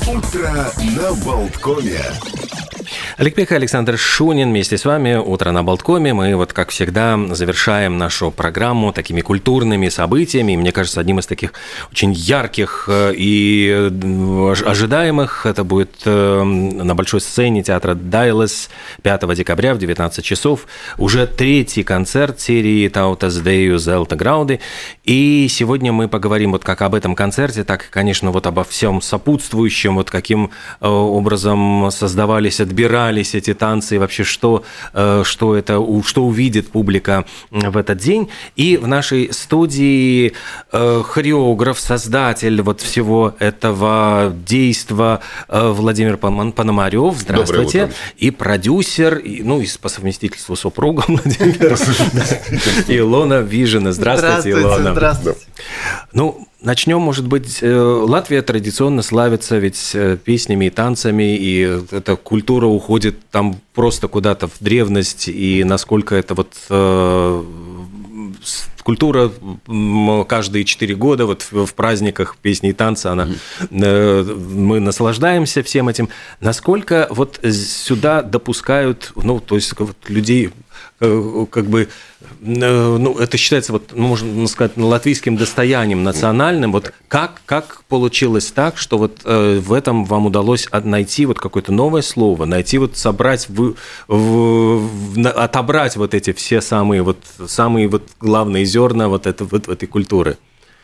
Утро на Болткоме. Олег Пек и Александр Шунин вместе с вами. Утро на Болткоме. Мы, вот как всегда, завершаем нашу программу такими культурными событиями. И, мне кажется, одним из таких очень ярких и ожидаемых это будет на большой сцене театра Дайлес 5 декабря в 19 часов. Уже третий концерт серии «Таутас Дею Зелта Грауди». И сегодня мы поговорим вот как об этом концерте, так и, конечно, вот обо всем сопутствующем, вот каким образом создавались, отбирались эти танцы и вообще что увидит публика в этот день. И в нашей студии хореограф, создатель вот всего этого действа Владимир Пономарев. Здравствуйте. И продюсер, и по совместительству супруга Владимира Илона Вижина. Здравствуйте, Илона. Здравствуйте. Начнем, может быть, Латвия традиционно славится ведь песнями и танцами, и эта культура уходит там просто куда-то в древность, и насколько это культура каждые 4 года вот в праздниках песни и танца, мы наслаждаемся всем этим. Насколько вот сюда допускают, людей, это считается, можно сказать, латвийским достоянием национальным. Вот как получилось так, что вот в этом вам удалось найти вот какое-то новое слово, собрать, отобрать вот эти все самые главные зерна вот этой культуры?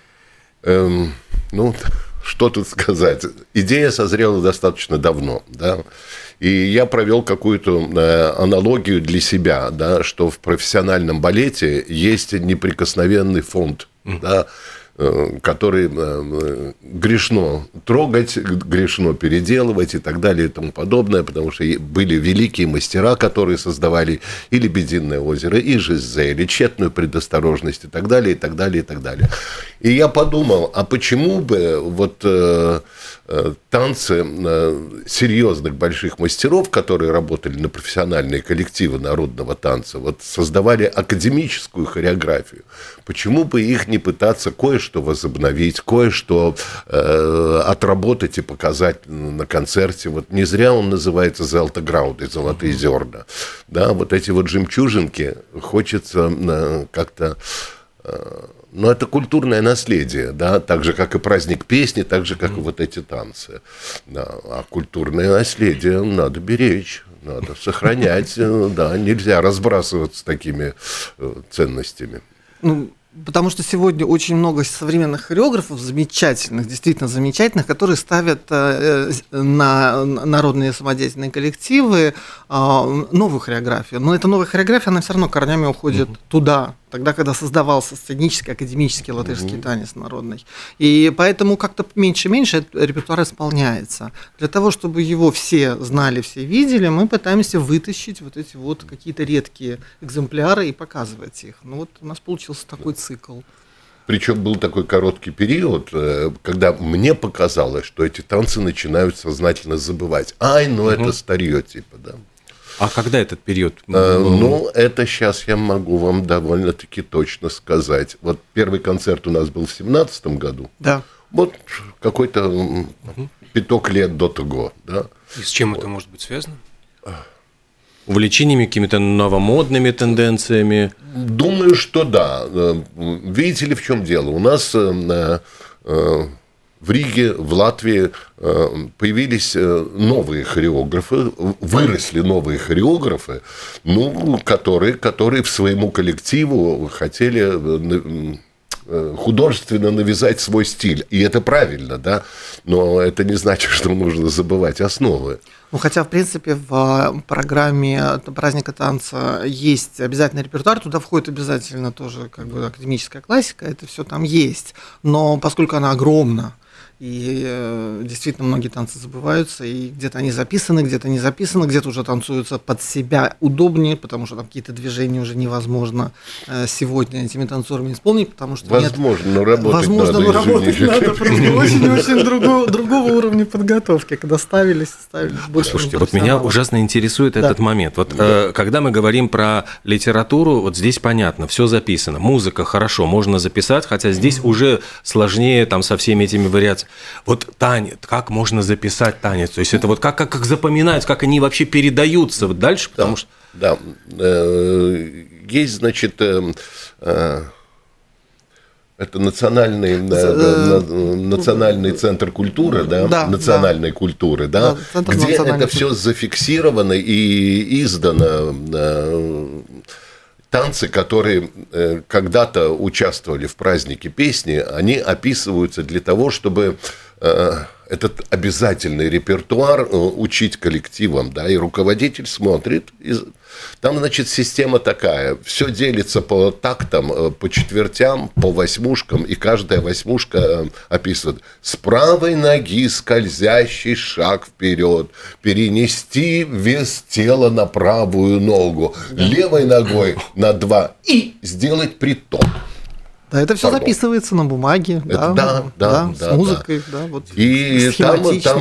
Что тут сказать? Идея созрела достаточно давно, да. И я провел какую-то аналогию для себя, да, что в профессиональном балете есть неприкосновенный фонд, да, который грешно трогать, грешно переделывать и так далее и тому подобное, потому что были великие мастера, которые создавали и «Лебединое озеро», и «Жизель», и «Тщетную предосторожность» и так далее, и так далее, и так далее. И я подумал, а почему бы танцы серьезных больших мастеров, которые работали на профессиональные коллективы народного танца, создавали академическую хореографию, почему бы их не пытаться кое-что возобновить, кое-что отработать и показать на концерте. Не зря он называется «Зелта Грауди», «Золотые зерна». Да, эти жемчужинки хочется как-то... Но это культурное наследие, да, так же, как и праздник песни, так же, как и эти танцы. Да, а культурное наследие надо беречь, надо сохранять, да, нельзя разбрасываться такими ценностями. Потому что сегодня очень много современных хореографов, замечательных, действительно замечательных, которые ставят на народные самодеятельные коллективы новую хореографию. Но эта новая хореография, она все равно корнями уходит туда, тогда, когда создавался сценический, академический латышский танец народный. И поэтому как-то меньше и меньше этот репертуар исполняется. Для того, чтобы его все знали, все видели, мы пытаемся вытащить эти какие-то редкие экземпляры и показывать их. У нас получился такой цикл. Причем был такой короткий период, когда мне показалось, что эти танцы начинают сознательно забывать. Это старье типа, да. А когда этот период? Это сейчас я могу вам довольно-таки точно сказать. Первый концерт у нас был в 2017 году. Да. Какой-то пяток лет до того. Да? И с чем это может быть связано? Увлечениями, какими-то новомодными тенденциями? Думаю, что да. Видите ли, в чем дело? У нас в Риге, в Латвии появились новые хореографы, выросли новые хореографы, которые в своему коллективу хотели художественно навязать свой стиль. И это правильно, да, но это не значит, что нужно забывать основы. Хотя, в принципе, в программе праздника танца есть обязательный репертуар, туда входит обязательно тоже академическая классика, это все там есть. Но поскольку она огромна, и действительно многие танцы забываются, и где-то они записаны, где-то не записаны, где-то уже танцуются под себя удобнее, потому что там какие-то движения уже невозможно сегодня этими танцорами исполнить, потому что возможно, но работать надо, надо просто очень другого уровня подготовки, когда ставились больше. Слушайте, меня ужасно интересует этот момент. Когда мы говорим про литературу, здесь понятно, все записано, музыка хорошо, можно записать, хотя здесь уже сложнее там со всеми этими вариациями. Вот танец, как можно записать танец? То есть это вот как запоминаются, как они вообще передаются вот дальше, потому что... Да, есть, значит, это национальный центр культуры, национальной культуры, где это все зафиксировано и издано. Танцы, которые когда-то участвовали в празднике песни, они описываются для того, чтобы этот обязательный репертуар учить коллективам, и руководитель смотрит. Там, значит, система такая. Все делится по тактам, по четвертям, по восьмушкам, и каждая восьмушка описывает: с правой ноги скользящий шаг вперед, перенести вес тела на правую ногу, левой ногой на 2 и сделать притоп. Да, это все записывается на бумаге, с музыкой, вот, и там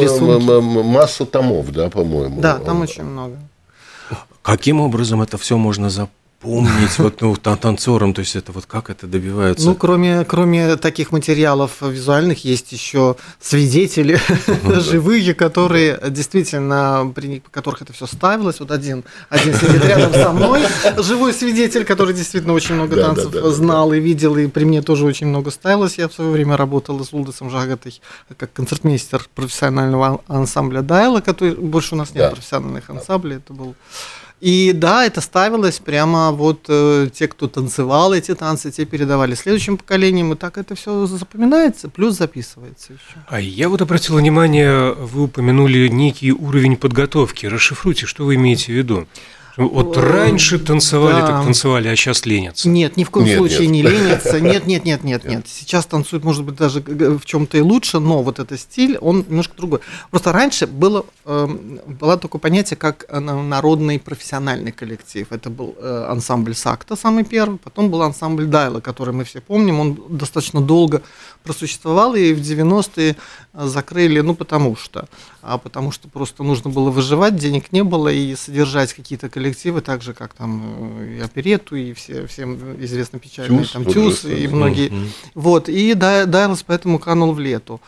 масса томов, по-моему. Да, там очень много. Каким образом это все можно запомнить танцорам? То есть это вот как это добивается? Кроме таких материалов визуальных, есть еще свидетели живые, которые действительно, при которых это все ставилось. Вот один сидит рядом со мной, живой свидетель, который действительно очень много танцев знал и видел, и при мне тоже очень много ставилось. Я в свое время работала с Улдасом Жагатой как концертмейстер профессионального ансамбля Дайла, который больше у нас нет профессиональных ансамблей, это был... И да, это ставилось прямо те, кто танцевал эти танцы, те передавали следующим поколениям, и так это все запоминается, плюс записывается еще. А я обратил внимание, вы упомянули некий уровень подготовки. Расшифруйте, что вы имеете в виду? Вот раньше танцевали, так танцевали, а сейчас ленятся. Нет, ни в коем случае не ленятся. Нет. Сейчас танцуют, может быть, даже в чем-то и лучше, но вот этот стиль, он немножко другой. Просто раньше было такое понятие, как народный профессиональный коллектив. Это был ансамбль Сакта, самый первый, потом был ансамбль Дайла, который мы все помним, он достаточно долго просуществовал, и в 90-е закрыли, потому что просто нужно было выживать, денег не было, и содержать какие-то коллективы, так же, как там и оперетту, и всем известно печальные Тюз, и многие. И Дайлс поэтому канул в лету.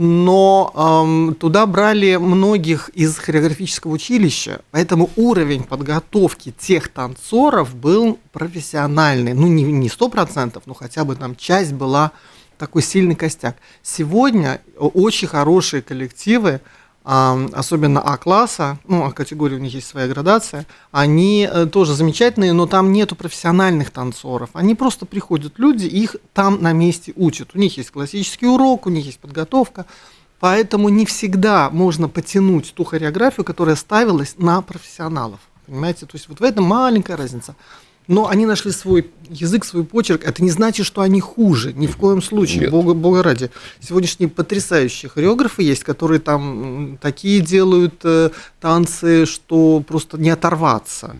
Но туда брали многих из хореографического училища, поэтому уровень подготовки тех танцоров был профессиональный. Не 100%, но хотя бы там часть была такой сильный костяк. Сегодня очень хорошие коллективы, особенно А-класса, категории у них есть своя градация, они тоже замечательные, но там нету профессиональных танцоров. Они просто приходят люди, их там на месте учат. У них есть классический урок, у них есть подготовка, поэтому не всегда можно потянуть ту хореографию, которая ставилась на профессионалов. Понимаете? То есть в этом маленькая разница. Но они нашли свой язык, свой почерк. Это не значит, что они хуже. Ни в коем случае. Бога ради. Сегодняшние потрясающие хореографы есть, которые там такие делают танцы, что просто не оторваться.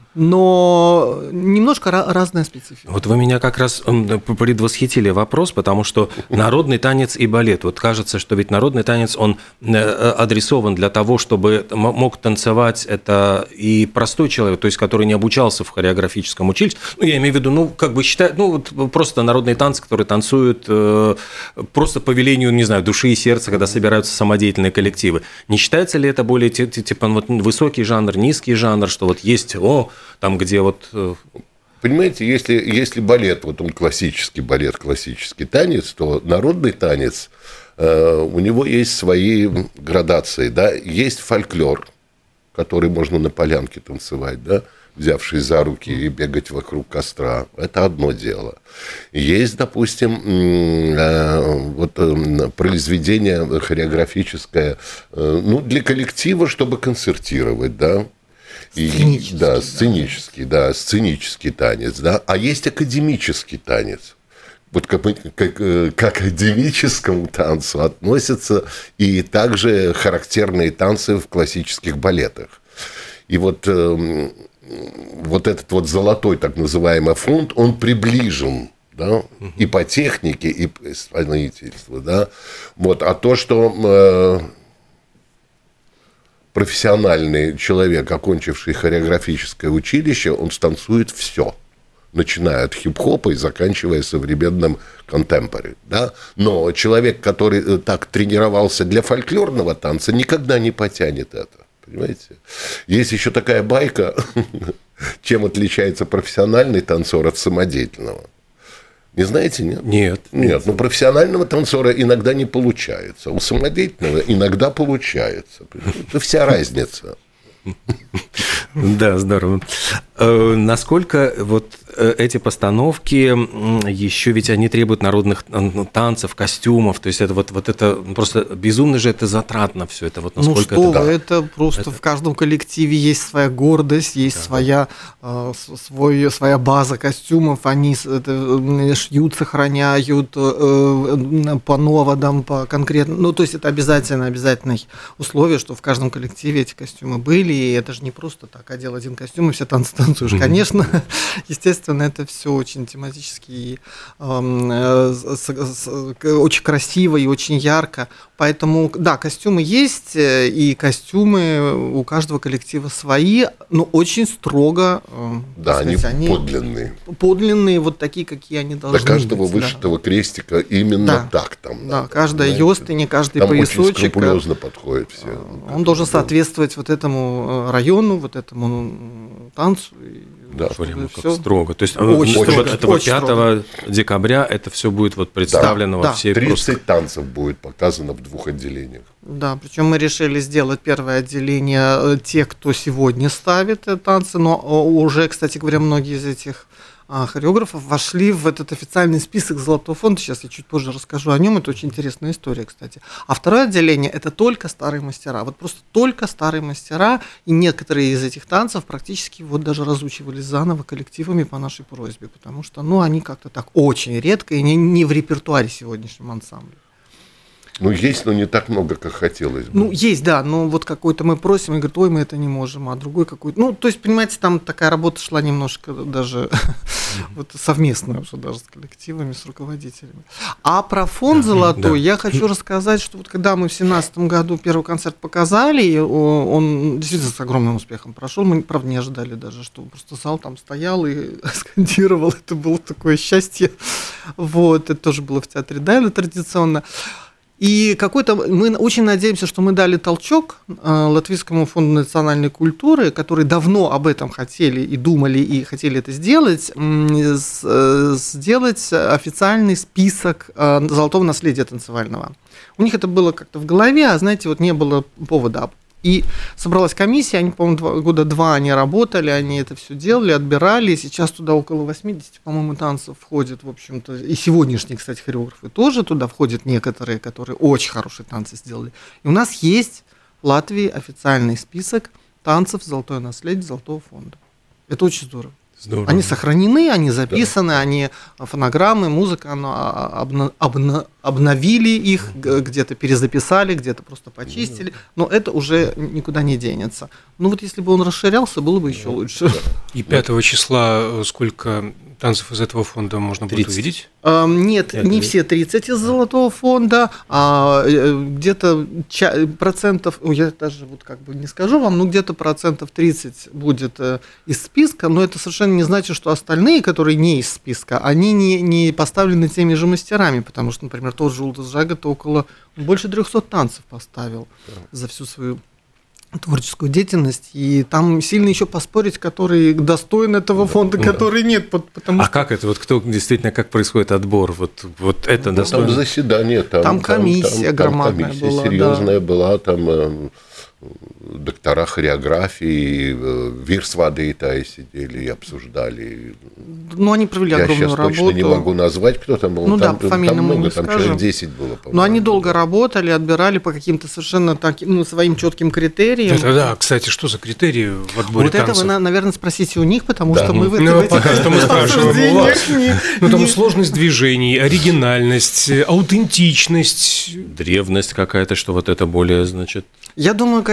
Но немножко разная специфика. Вот вы меня как раз предвосхитили вопрос, потому что народный танец и балет. Вот кажется, что ведь народный танец, он адресован для того, чтобы мог танцевать это и простой человек, то есть который не обучался в хореографическом училище. Я имею в виду, считают, просто народные танцы, которые танцуют просто по велению, не знаю, души и сердца, когда собираются самодеятельные коллективы. Не считается ли это более высокий жанр, низкий жанр, что есть там, где Понимаете, если балет, он классический балет, классический танец, то народный танец, у него есть свои градации, есть фольклор, который можно на полянке танцевать, взявшись за руки и бегать вокруг костра. Это одно дело. Есть, допустим, произведение хореографическое, для коллектива, чтобы концертировать, сценический танец, а есть академический танец. К академическому танцу относятся и также характерные танцы в классических балетах. И этот золотой так называемый фонд, он приближен, и по технике, и по исполнительству, А то, что профессиональный человек, окончивший хореографическое училище, он станцует все. начиная от хип-хопа и заканчивая современным контемпори. Да? Но человек, который так тренировался для фольклорного танца, никогда не потянет это. Понимаете? Есть еще такая байка, чем отличается профессиональный танцор от самодеятельного. Не знаете, нет? Нет. Нет, ну профессионального танцора иногда не получается, у самодеятельного иногда получается. Это вся разница. Да, здорово. Насколько вот эти постановки еще ведь они требуют народных танцев, костюмов, то есть это вот это просто безумно же это затратно все это вот насколько ну что это просто в каждом коллективе есть своя гордость, есть своя база костюмов, они шьют, сохраняют по новодам, по конкретно, ну то есть это обязательное условие, что в каждом коллективе эти костюмы были, и это же не просто так, одел один костюм и все танцы танцуешь, конечно, естественно, это все очень тематически, очень красиво и очень ярко. Поэтому, да, костюмы есть, и костюмы у каждого коллектива свои, но очень строго. Да, они подлинные. Подлинные, вот такие, какие они должны быть. До каждого вышитого крестика именно так там. Да, каждая ёстыня, каждый там поясочек. Очень скрупулезно подходит все. Он должен соответствовать вот этому району, вот этому танцу. Да, прямо как строго. То есть этого 5 декабря это все будет вот представлено во всей 30 танцев будет показано в 2 отделениях. Да, причем мы решили сделать первое отделение те, кто сегодня ставит танцы, но уже, кстати говоря, многие из этих хореографов вошли в этот официальный список Золотого фонда. Сейчас я чуть позже расскажу о нем. Это очень интересная история, кстати. А второе отделение – это только старые мастера. Вот просто только старые мастера. И некоторые из этих танцев практически вот даже разучивались заново коллективами по нашей просьбе. Потому что они как-то так очень редко и не в репертуаре сегодняшнего ансамбля. Ну, есть, но не так много, как хотелось бы. Ну, есть, да, но вот какой-то мы просим, и говорит, ой, мы это не можем, а другой какой-то... Ну, то есть, понимаете, там такая работа шла немножко даже вот совместная уже даже с коллективами, с руководителями. А про фонд «Золотой» я хочу рассказать, что вот когда мы в 2017 году первый концерт показали, он действительно с огромным успехом прошел, мы, правда, не ожидали даже, что просто зал там стоял и скандировал, это было такое счастье. Вот, это тоже было в театре Дайла традиционно. И мы очень надеемся, что мы дали толчок Латвийскому фонду национальной культуры, которые давно об этом хотели и думали, и хотели это сделать официальный список золотого наследия танцевального. У них это было как-то в голове, а знаете, вот не было повода. И собралась комиссия, они, по-моему, года 2 они работали, они это все делали, отбирали, и сейчас туда около 80, по-моему, танцев входит, в общем-то, и сегодняшние, кстати, хореографы тоже туда входят некоторые, которые очень хорошие танцы сделали. И у нас есть в Латвии официальный список танцев «Золотое наследие» Золотого фонда. Это очень здорово. Здорово. Они сохранены, они записаны, они фонограммы, музыка, обновили их, где-то перезаписали, где-то просто почистили, но это уже никуда не денется. Ну вот если бы он расширялся, было бы еще лучше. И 5 числа сколько танцев из этого фонда можно будет увидеть? Нет, не все 30 из Золотого фонда, а где-то процентов, я даже вот как бы не скажу вам, но где-то процентов 30 будет из списка, но это совершенно не значит, что остальные, которые не из списка, они не поставлены теми же мастерами, потому что, например, тот же Улдас Жагат больше 300 танцев поставил за всю свою творческую деятельность, и там сильно еще поспорить, который достоин этого фонда, который нет. Потому что... как это? Вот кто действительно, как происходит отбор? Вот это достойно? Там заседание. Там комиссия громадная комиссия была. Серьезная была, там доктора хореографии, вирсвадītāji сидели и обсуждали. Ну, они провели огромную работу. Я сейчас точно не могу назвать, кто там был. Ну там, да, фамильно мы не там скажем. человек 10 было, по-моему. Но они долго работали, отбирали по каким-то совершенно таким, своим четким критериям. Да, кстати, что за критерии в отборе танцев? Вот это вы, наверное, спросите у них, потому что мы в этих обсуждениях не... Ну, там сложность движений, оригинальность, аутентичность. Древность какая-то, что вот это более, значит... Я думаю, какие-то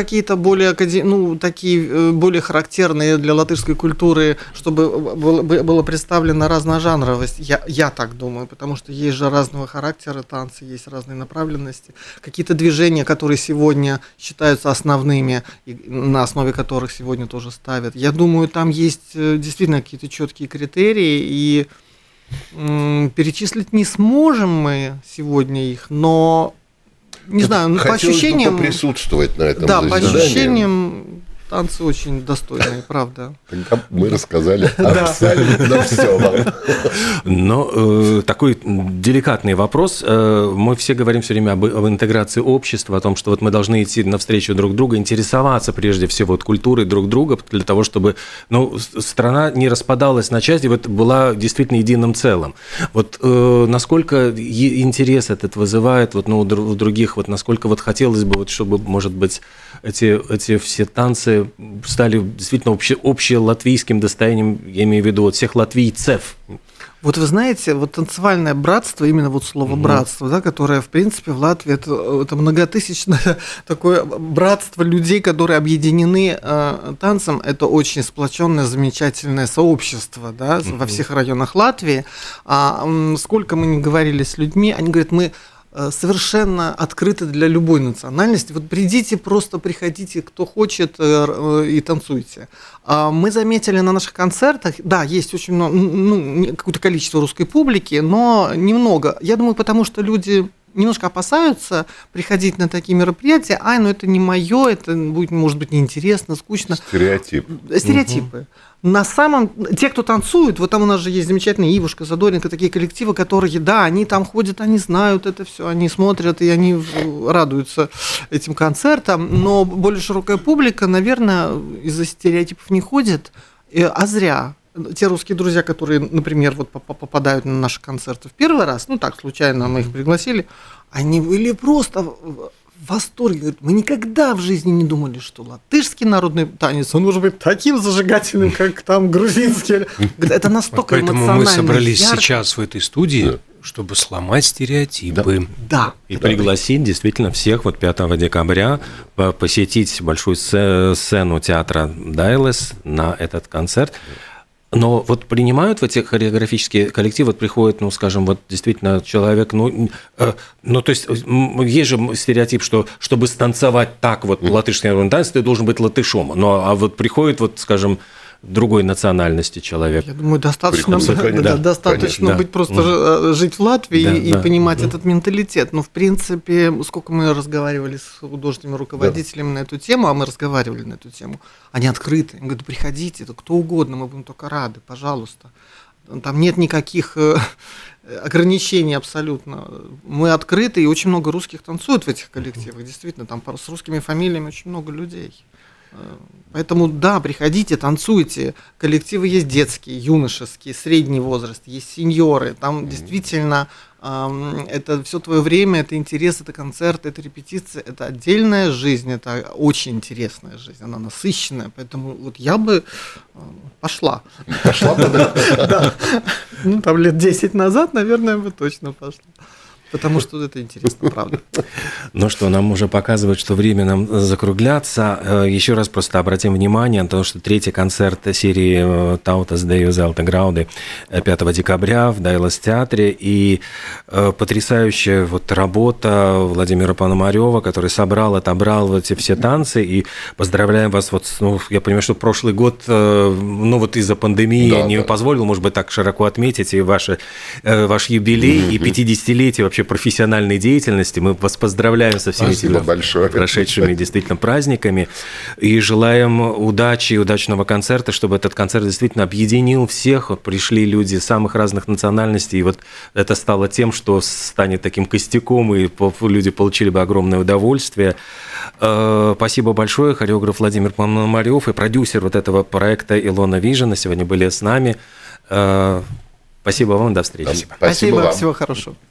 более, такие более характерные для латышской культуры, чтобы было представлена разножанровость. Я так думаю, потому что есть же разного характера танцы, есть разные направленности. Какие-то движения, которые сегодня считаются основными, и на основе которых сегодня тоже ставят. Я думаю, там есть действительно какие-то четкие критерии, и перечислить не сможем мы сегодня их, но не знаю, по ощущениям... бы присутствовать на этом заседании. Да, по ощущениям танцы очень достойные, правда. Мы рассказали абсолютно все вам. Но такой деликатный вопрос. Мы все говорим все время об интеграции общества, о том, что вот мы должны идти навстречу друг другу, интересоваться прежде всего культурой друг друга, для того, чтобы страна не распадалась на части, вот была действительно единым целым. Вот насколько интерес этот вызывает у других, вот насколько вот хотелось бы, вот, чтобы, может быть, эти все танцы стали действительно общелатвийским достоянием, я имею в виду вот всех латвийцев. Вот вы знаете, вот танцевальное братство, именно вот слово братство, да, которое, в принципе, в Латвии это многотысячное такое братство людей, которые объединены танцем, это очень сплоченное, замечательное сообщество, да, во всех районах Латвии. Сколько мы ни говорили с людьми, они говорят, мы совершенно открыты для любой национальности. Вот просто приходите, кто хочет, и танцуйте. Мы заметили на наших концертах, да, есть очень много, какое-то количество русской публики, но немного. Я думаю, потому что люди немножко опасаются приходить на такие мероприятия. Это не мое, это будет, может быть, неинтересно, скучно. Стереотипы. Те, кто танцуют, вот там у нас же есть замечательная Ивушка, Задоренко, такие коллективы, которые, да, они там ходят, они знают это все, они смотрят, и они радуются этим концертам, но более широкая публика, наверное, из-за стереотипов не ходит, а зря. Те русские друзья, которые, например, вот попадают на наши концерты в первый раз, так, случайно мы их пригласили, они были просто в восторге. Говорят, мы никогда в жизни не думали, что латышский народный танец, он может быть таким зажигательным, как там грузинский. Это настолько эмоционально. Поэтому мы собрались сейчас в этой студии, чтобы сломать стереотипы. Да. И пригласить действительно всех 5 декабря посетить большую сцену театра Дайлес на этот концерт. Но вот принимают в эти хореографические коллективы, приходит, скажем, действительно человек, то есть есть же стереотип, что чтобы станцевать так латышский народный танец, ты должен быть латышом, приходит, скажем, другой национальности человек. Я думаю, достаточно быть просто жить в Латвии и понимать этот менталитет. Но, в принципе, сколько мы разговаривали с художественными руководителями на эту тему, а мы разговаривали на эту тему, они открыты. Они говорят, приходите, это кто угодно, мы будем только рады, пожалуйста. Там нет никаких ограничений абсолютно. Мы открыты, и очень много русских танцуют в этих коллективах. Действительно, там с русскими фамилиями очень много людей. Поэтому, да, приходите, танцуйте. Коллективы есть детские, юношеские, средний возраст, есть сеньоры. Там действительно это все твое время, это интерес, это концерт, это репетиция, это отдельная жизнь, это очень интересная жизнь, она насыщенная. Поэтому я бы пошла. Пошла бы, да? Там лет 10 назад, наверное, бы точно пошла. Потому что это интересно, правда. Ну что, нам уже показывают, что время нам закругляться. Еще раз просто обратим внимание на то, что 3-й концерт серии «Таутас Дею Зелта Грауды» 5 декабря в Дайлас театре. И потрясающая работа Владимира Пономарева, который отобрал эти все танцы. И поздравляем вас. Я понимаю, что прошлый год, из-за пандемии не позволил, может быть, так широко отметить и ваш юбилей, и 50-летие вообще профессиональной деятельности. Мы вас поздравляем со всеми этими прошедшими действительно праздниками и желаем удачи и удачного концерта, чтобы этот концерт действительно объединил всех. Пришли люди самых разных национальностей, и это стало тем, что станет таким костяком, и люди получили бы огромное удовольствие. Спасибо большое. Хореограф Владимир Пономарев и продюсер этого проекта Илона Вижена сегодня были с нами. Спасибо вам, до встречи. Спасибо, всего хорошего.